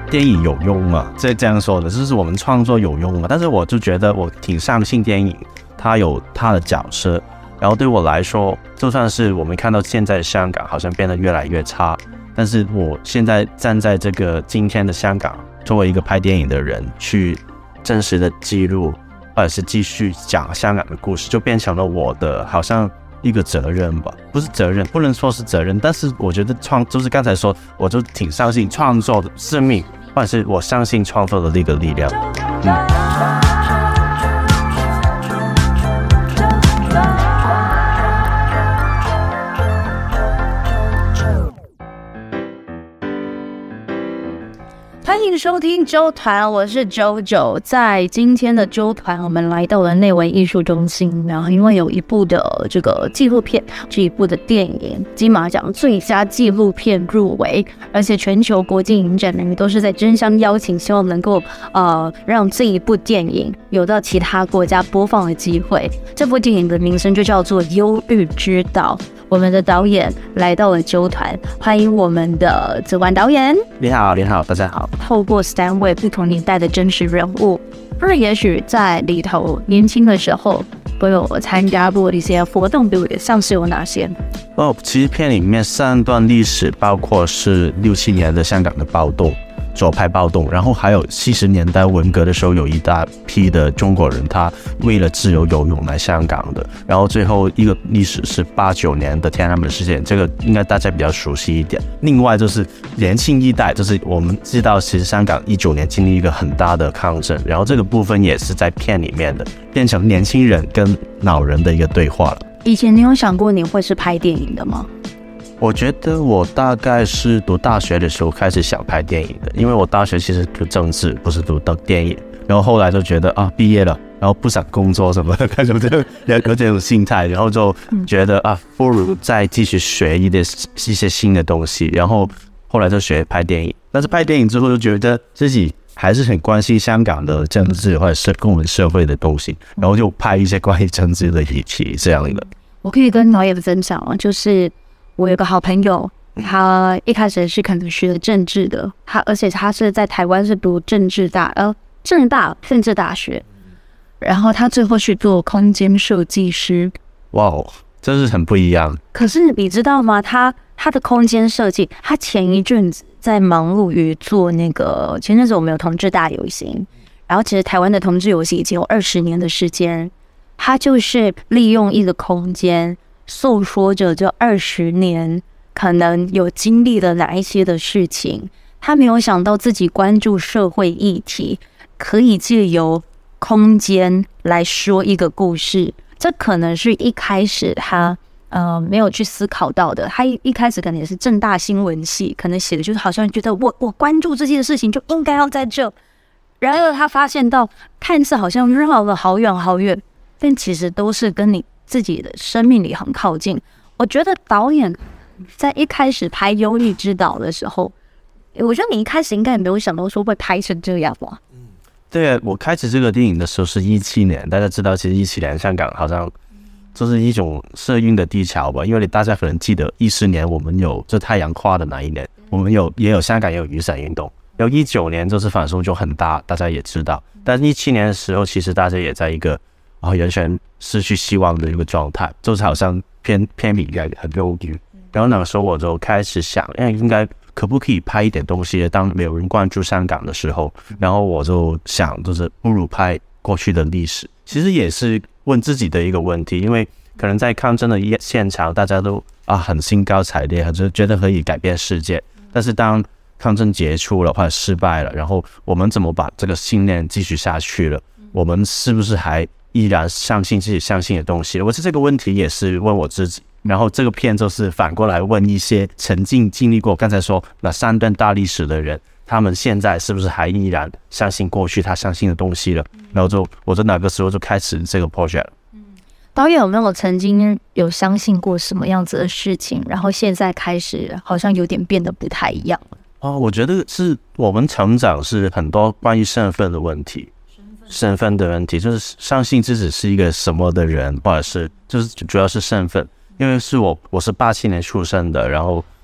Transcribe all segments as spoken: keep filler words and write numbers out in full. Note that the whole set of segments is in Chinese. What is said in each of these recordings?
电影有用吗？这这样说的，就是我们创作有用吗？但是我就觉得我挺相信电影，它有它的角色。然后对我来说，就算是我们看到现在的香港好像变得越来越差，但是我现在站在这个今天的香港，作为一个拍电影的人，去真实的记录，或者是继续讲香港的故事，就变成了我的好像一个责任吧。不是责任，不能说是责任，但是我觉得创就是刚才说，我就挺相信创作的生命，或者是我相信创作的那个力量。嗯。 欢迎收听周团，我是九九。在今天的周团，我们来到了内文艺术中心，然后因为有一部的这个纪录片，这一部的电影金马奖最佳纪录片入围，而且全球国际影展呢都是在争相邀请，希望能够呃让这一部电影有到其他国家播放的机会。这部电影的名称就叫做《忧郁之岛》。我们的导演来到了纠团，欢迎我们的子桓导演。 你好，你好，大家好。 透过三位不同年代的真实人物，不是也许在里头年轻的时候都有参加过一些活动，比如像是有哪些？ 哦，其实片里面三段历史，包括是六七年的香港的暴动。左派暴动，然后还有七十年代文革的时候，有一大批的中国人，他为了自由游泳来香港的。然后最后一个历史是八九年的天安门事件，这个应该大家比较熟悉一点。另外就是年轻一代，就是我们知道，其实香港一九年经历一个很大的抗争，然后这个部分也是在片里面的，变成年轻人跟老人的一个对话了。 以前你有想过你会是拍电影的吗？ 我觉得我大概是读大学的时候开始想拍电影的，因为我大学其实读政治，不是读电影。然后后来就觉得啊，毕业了，然后不想工作什么的，开始就有这种心态，然后就觉得啊，不如再继续学一点一些新的东西。然后后来就学拍电影，但是拍电影之后就觉得自己还是很关心香港的政治或者是跟我们社会的东西，然后就拍一些关于政治的议题这样的。 我可以跟导演分享，就是我有个好朋友，他一开始是可能学政治的，他而且他是在台湾是读政治大呃政大政治大学，然后他最后去做空间设计师。 哇哦，这是很不一样。 可是你知道吗？他他的空间设计，他前一阵子在忙碌于做那个，前阵子我们有同志大游行，然后其实台湾的同志游行已经有二十年的时间，他就是利用一个空间。诉说着这二十年可能有经历了哪一些的事情，他没有想到自己关注社会议题，可以借由空间来说一个故事。这可能是一开始他呃没有去思考到的。他一开始可能也是政大新闻系，可能写的就是好像觉得我我关注这件事情就应该要在这，然而他发现到看似好像绕了好远好远，但其实都是跟你自己的生命里很靠近。我觉得导演在一开始拍《忧郁之岛》的时候，我觉得你一开始应该也没有想到说会拍成这样吧？ 嗯，对啊，我开始这个电影的时候是一七年，大家知道，其实一七年香港好像就是一种社运的低潮吧，因为大家可能记得一四年我们有这太阳花的那一年，我们有也有香港也有雨伞运动，然后一九年就是反送就很大，大家也知道，但一七年的时候，其实大家也在一个啊，完全失去希望的一个状态，就是好像偏偏离很忧郁。然后那个时候我就开始想，哎，应该可不可以拍一点东西？当没有人关注香港的时候，然后我就想，就是不如拍过去的历史。其实也是问自己的一个问题，因为可能在抗争的现场，大家都啊很兴高采烈，就觉得可以改变世界。但是当抗争结束了或者失败了，然后我们怎么把这个信念继续下去了？我们是不是还依然相信自己相信的东西？我是这个问题也是问我自己，然后这个片就是反过来问一些曾经经历过刚才说那三段大历史的人，他们现在是不是还依然相信过去他相信的东西了？然后就我在那个时候就开始这个 project 了。 导演有没有曾经有相信过什么样子的事情，然后现在开始好像有点变得不太一样了？ 哦，我觉得是我们成长是很多关于身份的问题，身份的问题，就是相信自己是一个什么的人，或者是就是主要是身份，因为是我我是八七年出生的，然后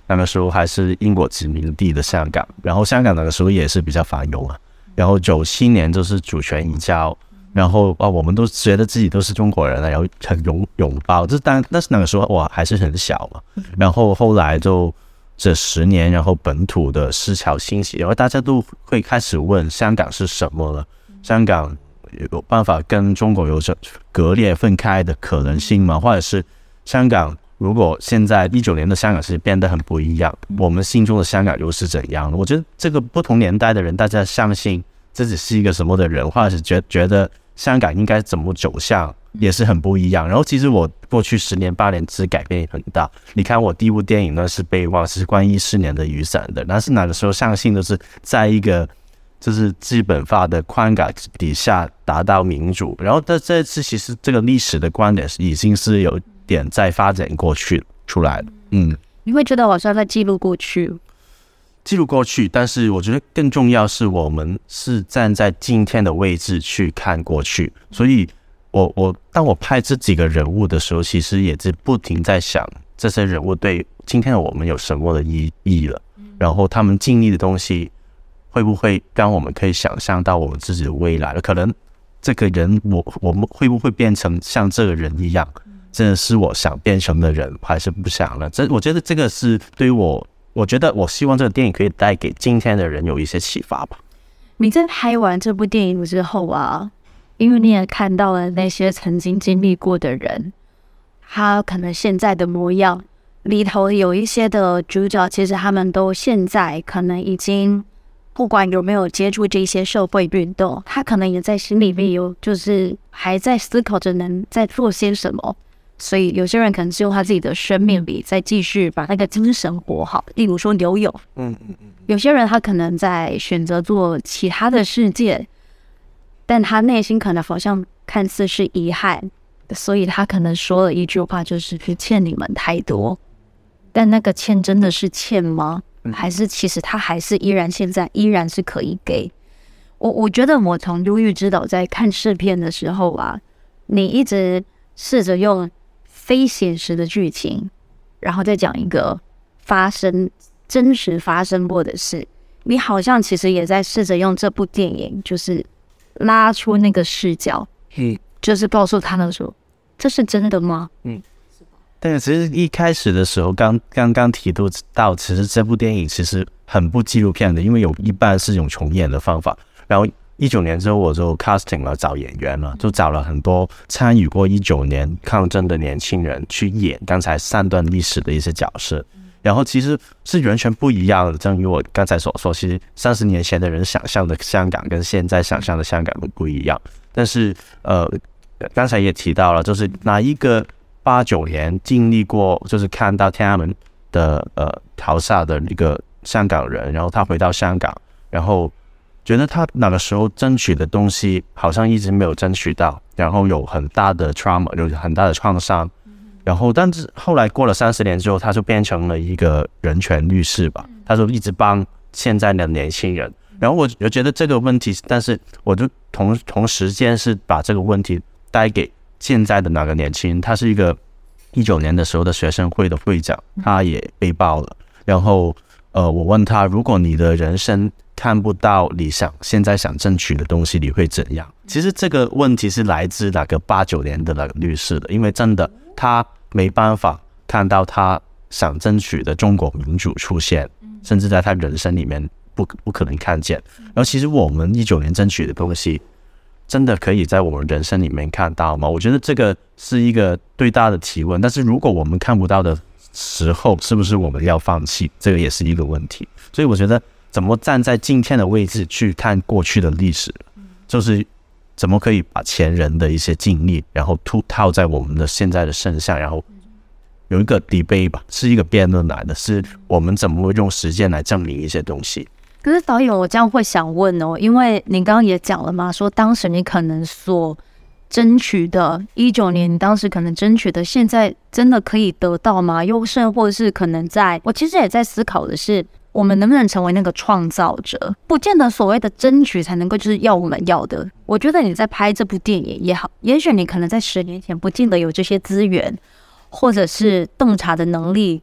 那个时候还是英国殖民地的香港，然后香港那个时候也是比较繁荣啊。然后九七年就是主权移交，然后啊，我们都觉得自己都是中国人了，然后很拥拥抱。这当但是那个时候我还是很小嘛。然后后来就这十年，然后本土的思潮兴起，然后大家都会开始问香港是什么了？香港有办法跟中国有着割裂分开的可能性吗？或者是香港如果现在一九年的香港是变得很不一样，我们心中的香港又是怎样的？我觉得这个不同年代的人，大家相信自己是一个什么的人，或者是觉觉得香港应该怎么走向，也是很不一样。然后其实我过去十年八年之改变很大。你看我第一部电影呢是《备忘》，是关于四年的雨伞的，但是那个时候相信的是在一个就是基本法的框架底下达到民主。然后在这次其实这个历史的观点已经是有点在发展过去出来了。嗯， 你会觉得好像在记录过去， 记录过去，但是我觉得更重要是我们是站在今天的位置去看过去。所以我我当我拍这几个人物的时候，其实也是不停在想这些人物对今天的我们有什么的意义了，然后他们经历的东西会不会让我们可以想象到我们自己的未来了？可能这个人我我们会不会变成像这个人一样，真的是我想变成的人，还是不想了？这我觉得这个是对于我，我觉得我希望这个电影可以带给今天的人有一些启发吧。 你在拍完这部电影之后啊，因为你也看到了那些曾经经历过的人，他可能现在的模样，里头有一些的主角，其实他们都现在可能已经不管有没有接触这些社会运动，他可能也在心里面有就是还在思考着能在做些什么。所以有些人可能是用他自己的生命里再继续把那个精神活好，例如说游泳。嗯嗯嗯。有些人他可能在选择做其他的世界，但他内心可能好像看似是遗憾，所以他可能说了一句话，就是欠你们太多。但那个欠真的是欠吗？还是其实他还是依然现在依然是可以给？我我觉得我从忧郁之岛在看试片的时候啊，你一直试着用非写实的剧情，然后再讲一个发生真实发生过的事。你好像其实也在试着用这部电影，就是拉出那个视角，嗯，就是告诉他们说，这是真的吗？嗯。 但其实一开始的时候，刚刚刚提到，其实这部电影其实很不纪录片的，因为有一半是用重演的方法。然后一九年之后，我就 casting 了，找演员了，就找了很多参与过一九年抗争的年轻人去演刚才三段历史的一些角色。然后其实是完全不一样的，正如我刚才所说，其实三十年前的人想象的香港跟现在想象的香港都不一样。但是呃，刚才也提到了，就是哪一个八九年经历过，就是看到天安门的呃逃杀的一个香港人，然后他回到香港，然后觉得他那个时候争取的东西好像一直没有争取到，然后有很大的 trauma， 有很大的创伤，然后但是后来过了三十年之后，他就变成了一个人权律师吧，他就一直帮现在的年轻人。然后我我觉得这个问题，但是我就同同时间是把这个问题带给现在的那个年轻人，他是一个一九年的时候的学生会的会长，他也被爆了。然后，呃，我问他，如果你的人生看不到你想现在想争取的东西，你会怎样？其实这个问题是来自那个八九年的那个律师的，因为真的他没办法看到他想争取的中国民主出现，甚至在他人生里面不不可能看见。然后，其实我们一九年争取的东西，真的可以在我们人生里面看到吗？我觉得这个是一个最大的提问。但是如果我们看不到的时候，是不是我们要放弃？这个也是一个问题。所以我觉得怎么站在今天的位置去看过去的历史，就是怎么可以把前人的一些经历，然后套在我们的现在的身上，然后有一个 debate 吧，是一个辩论来的，是我们怎么用实践来证明一些东西。 可是导演，我这样会想问哦，因为你刚刚也讲了嘛，说当时你可能所争取的，一九年你当时可能争取的，现在真的可以得到吗？又甚或是可能在，我其实也在思考的是，我们能不能成为那个创造者？不见得所谓的争取才能够就是要我们要的。我觉得你在拍这部电影也好，也许你可能在十年前不见得有这些资源，或者是洞察的能力。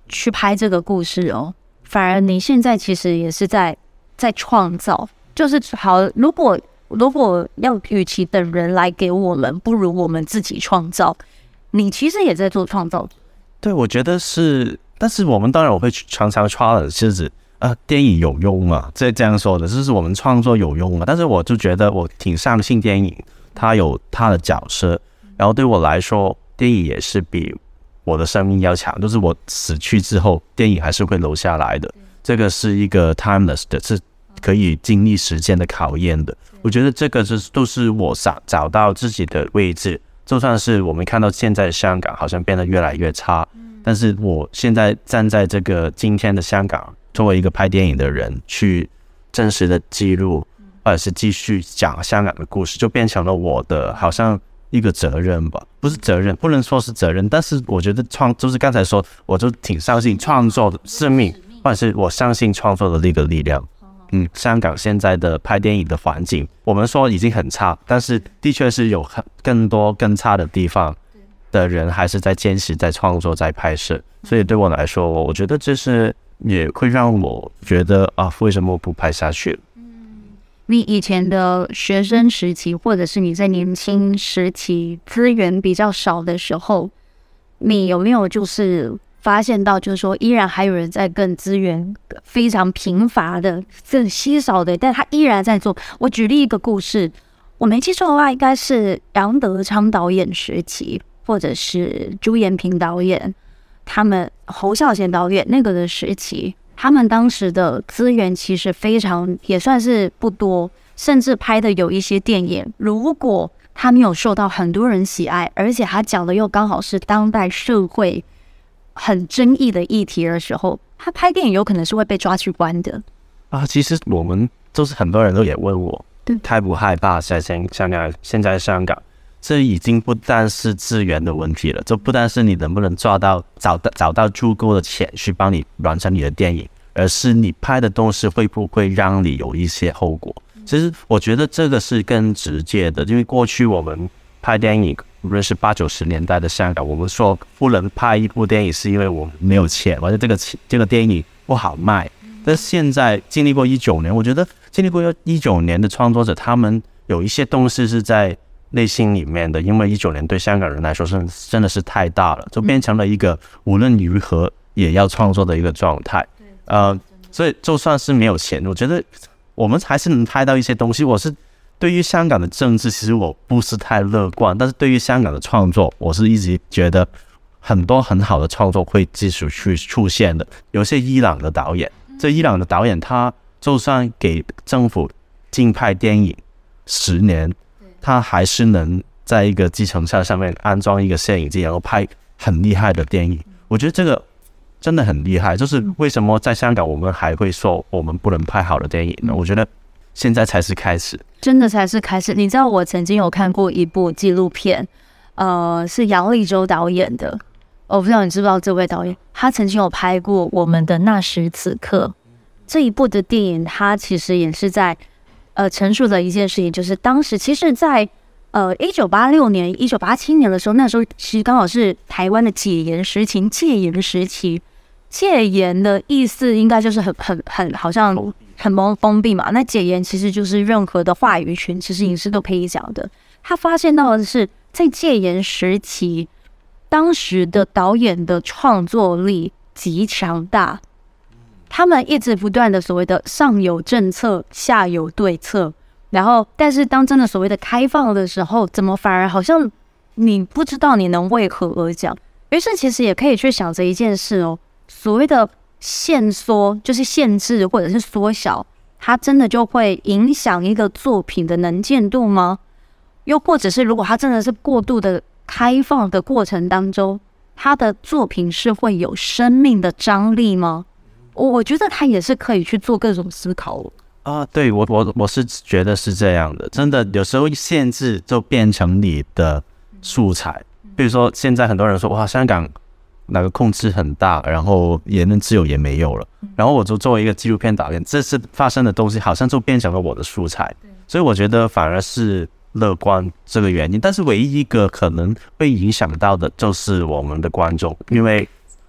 去拍这个故事哦，反而你现在其实也是在在创造，就是好，如果如果要与其等人来给我们，不如我们自己创造。你其实也在做创造。 对，我觉得是，但是我们当然我会常常 challenge 是指呃电影有用吗？这这样说的，就是我们创作有用吗？但是我就觉得我挺相信电影，它有它的角色，然后对我来说，电影也是比我的生命要强，就是我死去之后，电影还是会留下来的。这个是一个 timeless 的，是可以经历时间的考验的。我觉得这个是都是我想找到自己的位置。就算是我们看到现在的香港好像变得越来越差，但是我现在站在这个今天的香港，作为一个拍电影的人，去真实的记录，或者是继续讲香港的故事，就变成了我的好像一个责任吧，不是责任，不能说是责任，但是我觉得创就是刚才说，我就挺相信创作的生命，或者是我相信创作的那个力量。嗯，香港现在的拍电影的环境，我们说已经很差，但是的确是有更多更差的地方的人还是在坚持在创作在拍摄，所以对我来说，我觉得这是也会让我觉得啊，为什么不拍下去了？ 你以前的学生时期，或者是你在年轻时期资源比较少的时候，你有没有就是发现到，就是说依然还有人在更资源非常贫乏的、更稀少的，但他依然在做。我举例一个故事，我没记错的话，应该是杨德昌导演时期，或者是朱延平导演，他们侯孝贤导演那个的时期，他们当时的资源其实非常也算是不多，甚至拍的有一些电影，如果他没有受到很多人喜爱，而且他讲的又刚好是当代社会很争议的议题的时候，他拍电影有可能是会被抓去关的啊。其实我们就是很多人都也问我，害不害怕在香港？现在香港，这已经不单是资源的问题了，这不单是你能不能抓到找到找到足够的钱去帮你完成你的电影，而是你拍的东西会不会让你有一些后果。其实我觉得这个是更直接的，因为过去我们拍电影，无论是八九十年代的香港，我们说不能拍一部电影是因为我们没有钱，或者这个这个电影不好卖。但是现在经历过一九年，我觉得经历过一九年的创作者，他们有一些东西是在内心里面的，因为一九年对香港人来说是真的是太大了，就变成了一个无论如何也要创作的一个状态。呃，所以就算是没有钱，我觉得我们还是能拍到一些东西。我是对于香港的政治，其实我不是太乐观，但是对于香港的创作，我是一直觉得很多很好的创作会继续去出现的。有些伊朗的导演，这伊朗的导演他就算给政府禁拍电影十年，他还是能在一个计程车上面安装一个摄影机，然后拍很厉害的电影。我觉得这个真的很厉害，就是为什么在香港我们还会说我们不能拍好的电影呢？我觉得现在才是开始， 真的才是开始。你知道我曾经有看过一部纪录片，呃，是杨力州导演的，我不知道你知不知道这位导演，他曾经有拍过《我们的那时此刻》这一部的电影，他其实也是在呃陈述的一件事情，就是当时其实在呃一九八六年、一九八七年的时候，那时候其实刚好是台湾的解严时期，戒严时期。戒严的意思应该就是很很很好像很封闭嘛。那解严其实就是任何的话语权，其实影视都可以讲的。他发现到的是，在戒严时期，当时的导演的创作力极强大，他们一直不断的所谓的上有政策，下有对策。然后，但是当真的所谓的开放的时候，怎么反而好像你不知道你能为何而讲？于是其实也可以去想着一件事哦。所谓的限缩就是限制或者是缩小，它真的就会影响一个作品的能见度吗？又或者是如果它真的是过度的开放的过程当中，它的作品是会有生命的张力吗？我觉得它也是可以去做各种思考啊。对，我我我是觉得是这样的，真的有时候限制就变成你的素材。比如说现在很多人说哇，香港哪个控制很大，然后言论自由也没有了，然后我就作为一个纪录片导演，这次发生的东西好像就变成了我的素材，所以我觉得反而是乐观这个原因。但是唯一一个可能会影响到的就是我们的观众，因为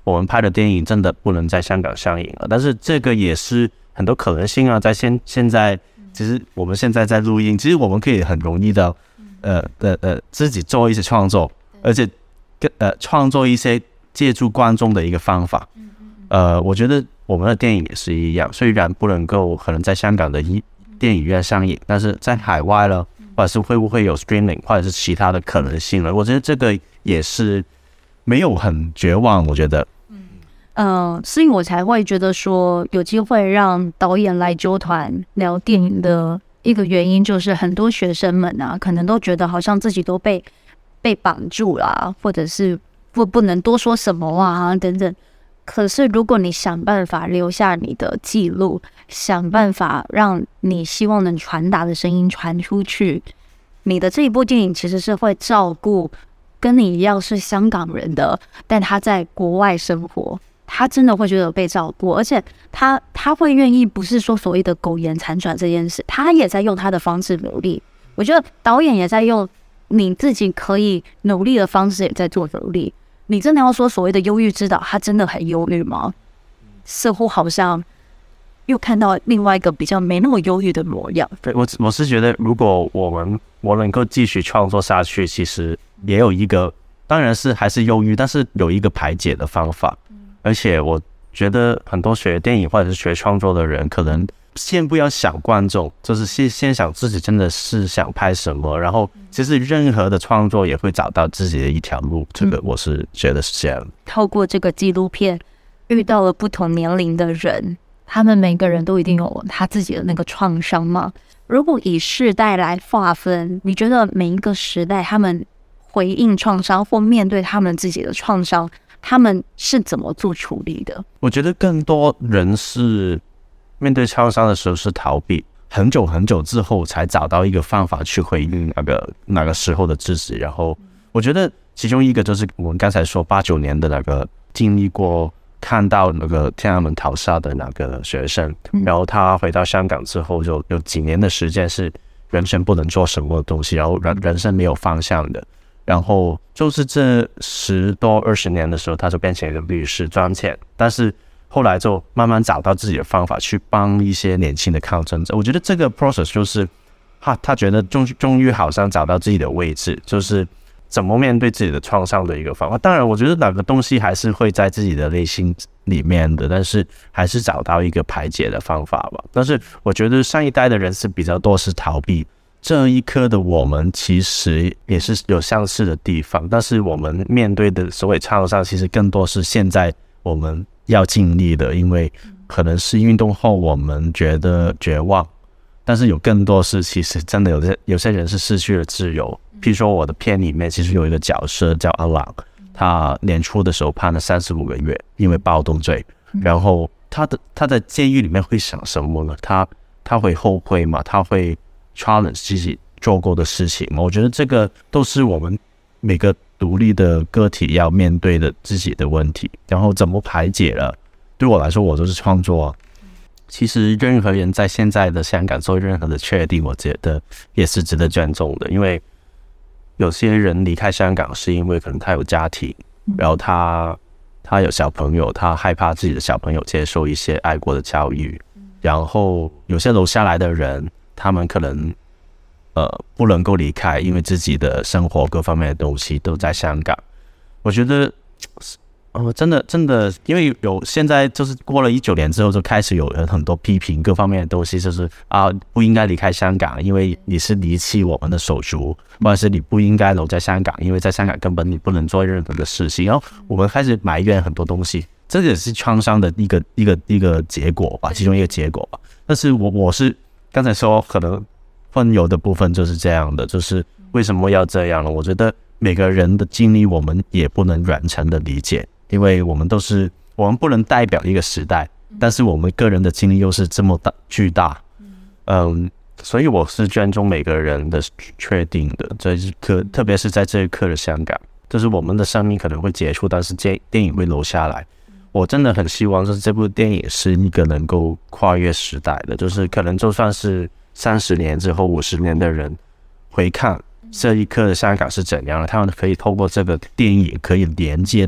我们拍的电影真的不能在香港上映了。但是这个也是很多可能性啊，在现现在，其实我们现在在录音，其实我们可以很容易的，呃呃呃，自己做一些创作，而且呃创作一些借助观众的一个方法。呃，我觉得我们的电影也是一样，虽然不能够可能在香港的电影院上映，但是在海外了，或者是会不会有 streaming， 或者是其他的可能性了？我觉得这个也是没有很绝望，我觉得。 嗯，所以我才会觉得说有机会让导演来纠团聊电影的一个原因，就是很多学生们啊，可能都觉得好像自己都被被绑住啦，或者是不不能多说什么啊等等。可是如果你想办法留下你的记录，想办法让你希望能传达的声音传出去，你的这一部电影其实是会照顾跟你一样是香港人的，但他在国外生活。他真的会觉得有被照顾，而且他他会愿意，不是说所谓的苟延残喘这件事，他也在用他的方式努力。我觉得导演也在用你自己可以努力的方式，也在做努力。你真的要说所谓的忧郁之岛，他真的很忧郁吗？似乎好像又看到另外一个比较没那么忧郁的模样。 对，我我是觉得，如果我们我能够继续创作下去，其实也有一个，当然是还是忧郁，但是有一个排解的方法。而且我觉得很多学电影或者是学创作的人，可能先不要想观众，就是先先想自己真的是想拍什么，然后其实任何的创作也会找到自己的一条路。这个我是觉得是这样。 透过这个纪录片，遇到了不同年龄的人，他们每个人都一定有他自己的那个创伤嘛。如果以世代来划分，你觉得每一个时代他们回应创伤或面对他们自己的创伤，他们是怎么做处理的？ 我觉得更多人是面对创伤的时候是逃避，很久很久之后才找到一个方法去回应那个那个时候的自己。然后我觉得其中一个就是我们刚才说八九年的那个经历过看到那个天安门屠杀的那个学生，然后他回到香港之后就有几年的时间是人生不能做什么东西，然后人人生没有方向的。然后就是这十多二十年的时候，他就变成一个律师赚钱，但是后来就慢慢找到自己的方法去帮一些年轻的抗争者。我觉得这个 process 就是他他觉得终终于好像找到自己的位置，就是怎么面对自己的创伤的一个方法。当然，我觉得哪个东西还是会在自己的内心里面的，但是还是找到一个排解的方法吧。但是我觉得上一代的人是比较多是逃避。这一刻的我们其实也是有相似的地方，但是我们面对的所谓创伤，其实更多是现在我们要经历的，因为可能是运动后我们觉得绝望，但是有更多是其实真的有些有些人是失去了自由。譬如说我的片里面其实有一个角色叫阿朗，他年初的时候判了三十五个月，因为暴动罪。然后他的他在监狱里面会想什么呢？他他会后悔吗？他会challenge 自己做过的事情嘛？我觉得这个都是我们每个独立的个体要面对的自己的问题，然后怎么排解了。对我来说，我都是创作。其实任何人在现在的香港做任何的确定，我觉得也是值得尊重的。因为有些人离开香港是因为可能他有家庭，然后他他有小朋友，他害怕自己的小朋友接受一些爱国的教育，然后有些留下来的人，他们可能呃不能够离开，因为自己的生活各方面的东西都在香港。我觉得呃真的真的，因为有现在就是过了一九年之后，就开始有人很多批评各方面的东西，就是啊不应该离开香港，因为你是离弃我们的手足，或者是你不应该留在香港，因为在香港根本你不能做任何的事情。然后我们开始埋怨很多东西，这也是创伤的一个一个一个结果吧，其中一个结果吧。但是我我是刚才说可能分有的部分就是这样的，就是为什么要这样呢？我觉得每个人的经历我们也不能完全的理解，因为我们都是我们不能代表一个时代，但是我们个人的经历又是这么大巨大，嗯，所以我是尊重每个人的确定的。这一刻，特别是在这一刻的香港，就是我们的生命可能会结束，但是电影会留下来。我真的很希望就是这部电影是一个能够跨越时代的，就是可能就算是三十年之后、五十年的人回看这一刻的香港是怎样的，他们可以透过这个电影可以连接到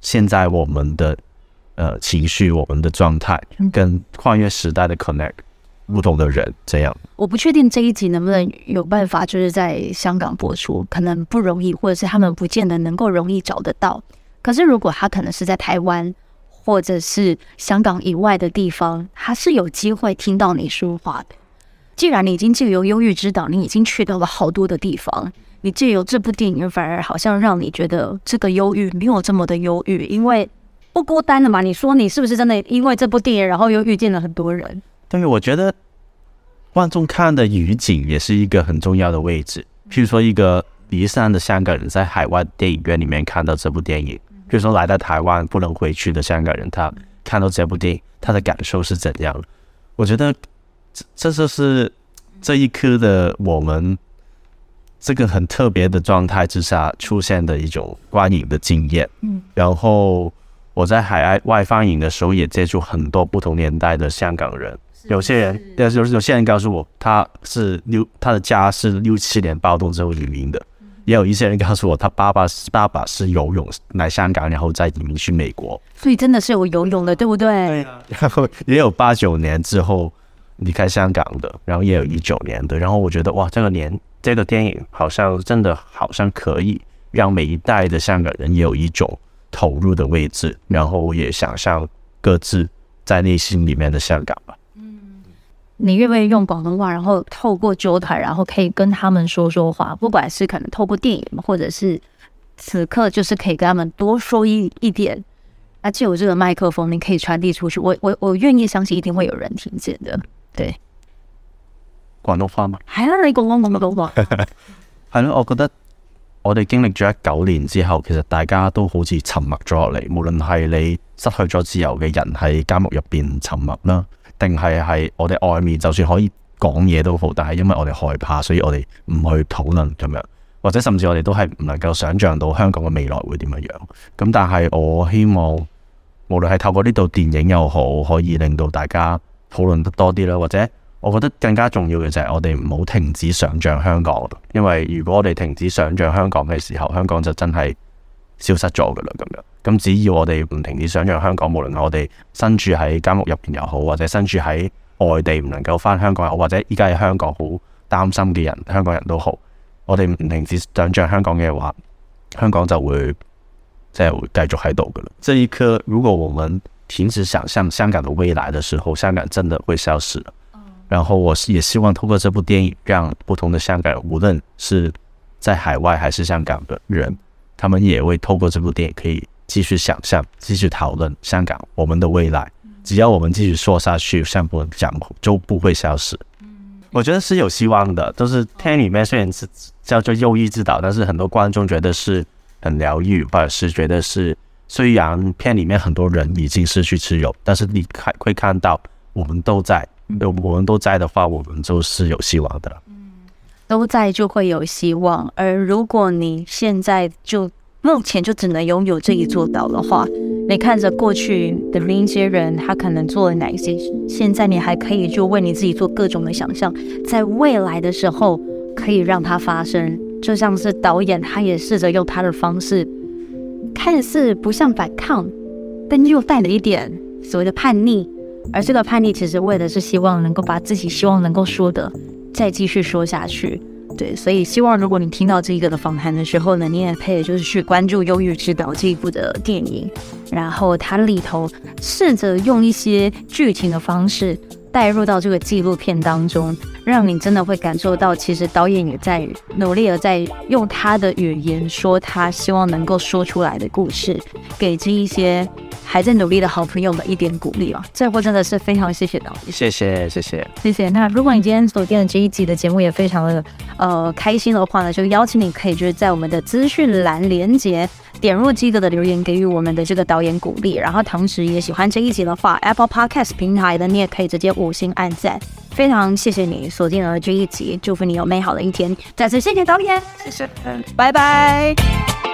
现在我们的呃情绪、我们的状态，跟跨越时代的 connect 不同的人这样。 我不确定这一集能不能有办法就是在香港播出，可能不容易，或者是他们不见得能够容易找得到。可是如果他可能是在台湾或者是香港以外的地方，他是有机会听到你说话的。既然你已经借由忧郁之岛，你已经去到了好多的地方，你借由这部电影反而好像让你觉得这个忧郁没有这么的忧郁，因为不孤单了嘛。你说你是不是真的因为这部电影然后又遇见了很多人？ 对，我觉得观众看的语境也是一个很重要的位置。譬如说一个离散的香港人在海外电影院里面看到这部电影，譬如说来到台湾不能回去的香港人，他看到这部电影他的感受是怎样？我觉得这就是这一刻的我们这个很特别的状态之下出现的一种观影的经验。嗯，然后我在海外放映的时候也接触很多不同年代的香港人，有些人有有些人告诉我他是六他的家是六七年暴动之后移民的，也有一些人告诉我他爸爸爸爸是游泳来香港，然后再移民去美国， 所以真的是有游泳的，对不对？对啊。然后也有八九年之后离开香港的，然后也有一九年的。然后我觉得哇，这个年这个电影好像真的好像可以让每一代的香港人也有一种投入的位置，然后也想象各自在内心里面的香港吧。 你愿不愿意用广东话，然后透过纠团，然后可以跟他们说说话，不管是可能透过电影，或者是此刻就是可以跟他们多说一一点。那借由这个麦克风，你可以传递出去，我我我願意相信一定會有人聽見的。對， 廣東話嘛， 係啦，你講講廣東話。 係咯，我覺得我哋經歷咗一九年之後，其實大家都好似沉默咗落嚟，無論係你失去咗自由嘅人喺監獄入邊沉默啦，定係係我哋外面就算可以講嘢都好，但係因為我哋害怕，所以我哋唔去討論咁樣。或者甚至我哋都係唔能夠想像到香港嘅未來會點樣樣。咁但係我希望無論係透過呢度電影又好，可以令到大家討論得多啲啦。或者我覺得更加重要嘅就係我哋唔好停止想像香港，因為如果我哋停止想像香港嘅時候，香港就真係消失咗㗎啦咁樣。咁只要我哋唔停止想像香港，無論我哋身處喺監獄入邊又好，或者身處喺外地唔能夠返香港又好，或者依家喺香港好擔心嘅人，香港人都好。我哋唔停止想像香港嘅話，香港就會即係會繼續喺度噶啦。這一刻，如果我們停止想象香港的未來的時候，香港真的會消失了。然後我也希望透過這部電影，讓不同的香港人，無論是在海外還是香港的人，他們也會透過這部電影可以繼續想象、繼續討論香港我們的未來。只要我們繼續說下去，香港講就不會消失。我覺得是有希望的，就是片裡面雖然是叫做憂鬱之島，但是很多觀眾覺得是很療癒，或者是覺得是雖然片裡面很多人已經失去自由，但是你看會看到我們都在，我們都在的話，我們就是有希望的。 都在就會有希望，而如果你現在就目前就只能擁有這一座島的話，你看着過去的那些人他可能做了哪些，現在你還可以就為你自己做各種的想象，在未來的時候可以讓它發生。就像是導演他也試着用他的方式，看似不像反抗，但又帶了一點所謂的叛逆，而這個叛逆其實為的是希望能夠把自己希望能夠說的再繼續說下去。對，所以希望如果你聽到這個的訪談的時候呢，你也可以就是去關注《憂鬱之島》這一部的電影，然後它裡頭試着用一些劇情的方式帶入到這個紀錄片當中，讓你真的會感受到，其實導演也在努力的在用他的語言說他希望能夠說出來的故事，給這一些還在努力的好朋友們一點鼓勵啊！最後真的是非常謝謝導演， 謝謝謝謝謝謝。那如果你今天所聽的這一集的節目也非常的呃開心的話呢，就邀請你可以就是在我們的資訊欄連結點入基德的留言，給予我們的這個導演鼓勵。然後同時也喜歡這一集的話 ，Apple Podcast 平台的你也可以直接五星按讚。非常謝謝你鎖定了這一集，祝福你有美好的一天。再次謝謝導演，謝謝，拜拜。